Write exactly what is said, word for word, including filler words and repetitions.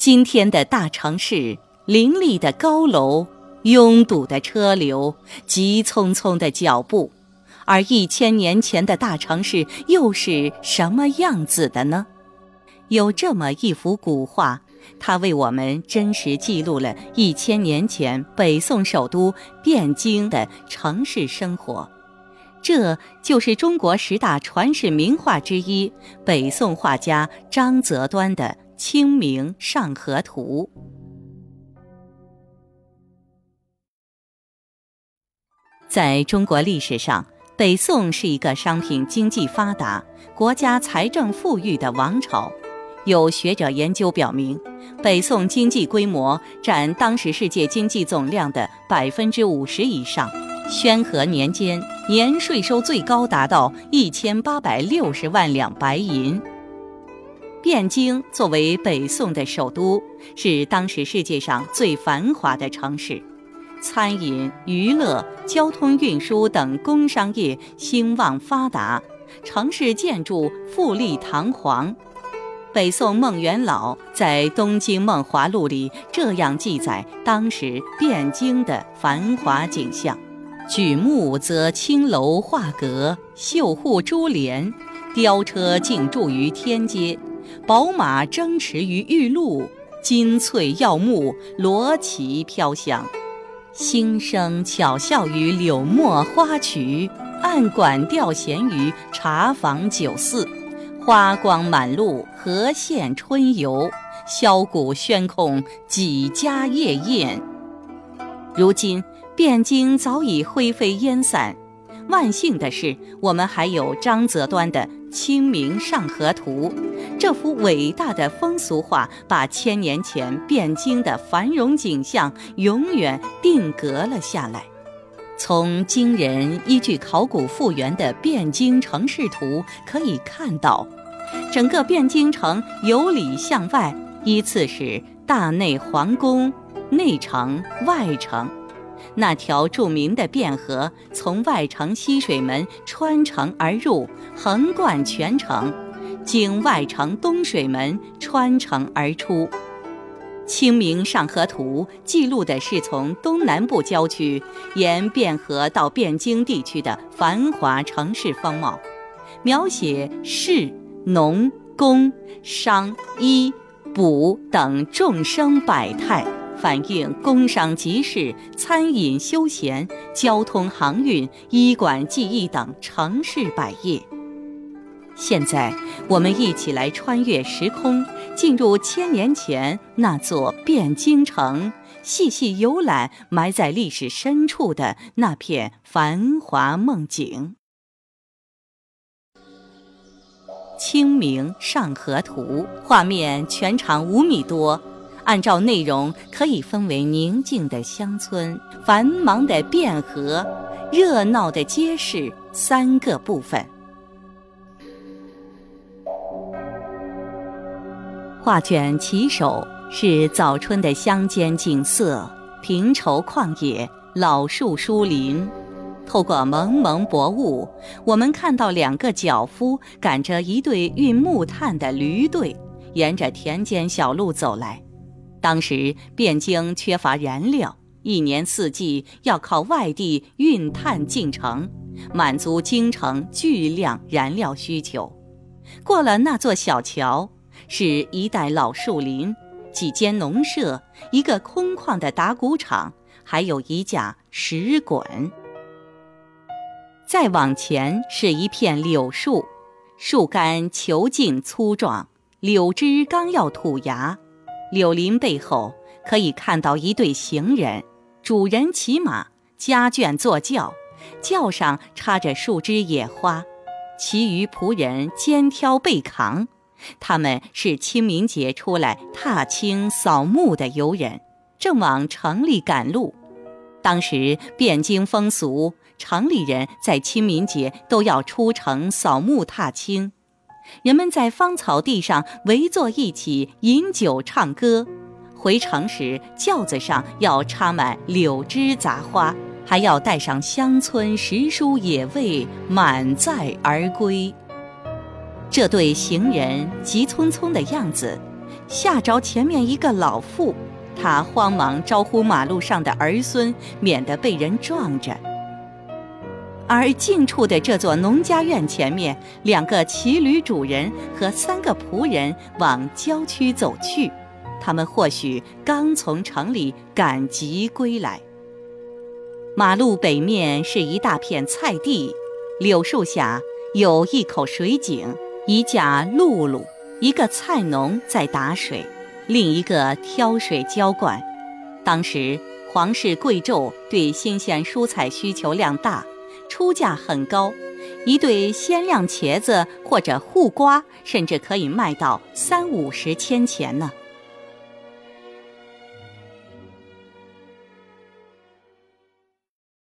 今天的大城市，林立的高楼，拥堵的车流，急匆匆的脚步，而一千年前的大城市又是什么样子的呢？有这么一幅古画，它为我们真实记录了一千年前北宋首都汴京的城市生活。这就是中国十大传世名画之一，北宋画家张择端的《清明上河图》。在中国历史上，北宋是一个商品经济发达、国家财政富裕的王朝。有学者研究表明，北宋经济规模占当时世界经济总量的百分之五十以上。宣和年间，年税收最高达到一千八百六十万两白银。汴京作为北宋的首都，是当时世界上最繁华的城市，餐饮、娱乐、交通运输等工商业兴旺发达，城市建筑富丽堂皇。北宋孟元老在《东京梦华录》里这样记载当时汴京的繁华景象：举目则青楼画阁，绣户珠帘，雕车竞筑于天街，宝马争驰于玉路，金翠耀目，罗旗飘香，星声巧笑于柳墨花曲，暗管调弦于茶坊酒肆，花光满路，河县春游，箫鼓喧控，几家夜宴。如今汴京早已灰飞烟散，万幸的是，我们还有张择端的《清明上河图》，这幅伟大的风俗画，把千年前汴京的繁荣景象永远定格了下来。从今人依据考古复原的汴京城市图可以看到，整个汴京城由里向外依次是大内皇宫、内城、外城。那条著名的汴河从外城西水门穿城而入，横贯全城，经外城东水门穿城而出。《清明上河图》记录的是从东南部郊区沿汴河到汴京地区的繁华城市风貌，描写士、农、工、商、医、卜等众生百态，反映工商集市、餐饮休闲、交通航运、医馆技艺等城市百业。现在我们一起来穿越时空，进入千年前那座汴京城，细细游览埋在历史深处的那片繁华梦境。清明上河图画面全长五米多，按照内容可以分为宁静的乡村、繁忙的汴河、热闹的街市三个部分。画卷起手是早春的乡间景色，平畴旷野，老树疏林。透过蒙蒙薄雾，我们看到两个脚夫赶着一队运木炭的驴队，沿着田间小路走来。当时汴京缺乏燃料，一年四季要靠外地运炭进城，满足京城巨量燃料需求。过了那座小桥，是一带老树林，几间农舍，一个空旷的打谷场，还有一架石滚。再往前是一片柳树，树干遒劲粗壮，柳枝刚要吐芽。柳林背后可以看到一队行人，主人骑马，家眷坐轿，轿上插着树枝野花，其余仆人肩挑背扛。他们是清明节出来踏青扫墓的游人，正往城里赶路。当时汴京风俗，城里人在清明节都要出城扫墓踏青，人们在芳草地上围坐一起饮酒唱歌。回城时，轿子上要插满柳枝杂花，还要带上乡村时蔬野味，满载而归。这对行人急匆匆的样子， 吓着前面一个老妇，他慌忙招呼马路上的儿孙，免得被人撞着。而近处的这座农家院前面，两个骑驴主人和三个仆人往郊区走去，他们或许刚从城里赶集归来。马路北面是一大片菜地，柳树下有一口水井，一架辘轳，一个菜农在打水，另一个挑水浇灌。当时皇室贵胄对新鲜蔬菜需求量大，出价很高，一对鲜亮茄子或者护瓜甚至可以卖到三五十千钱呢。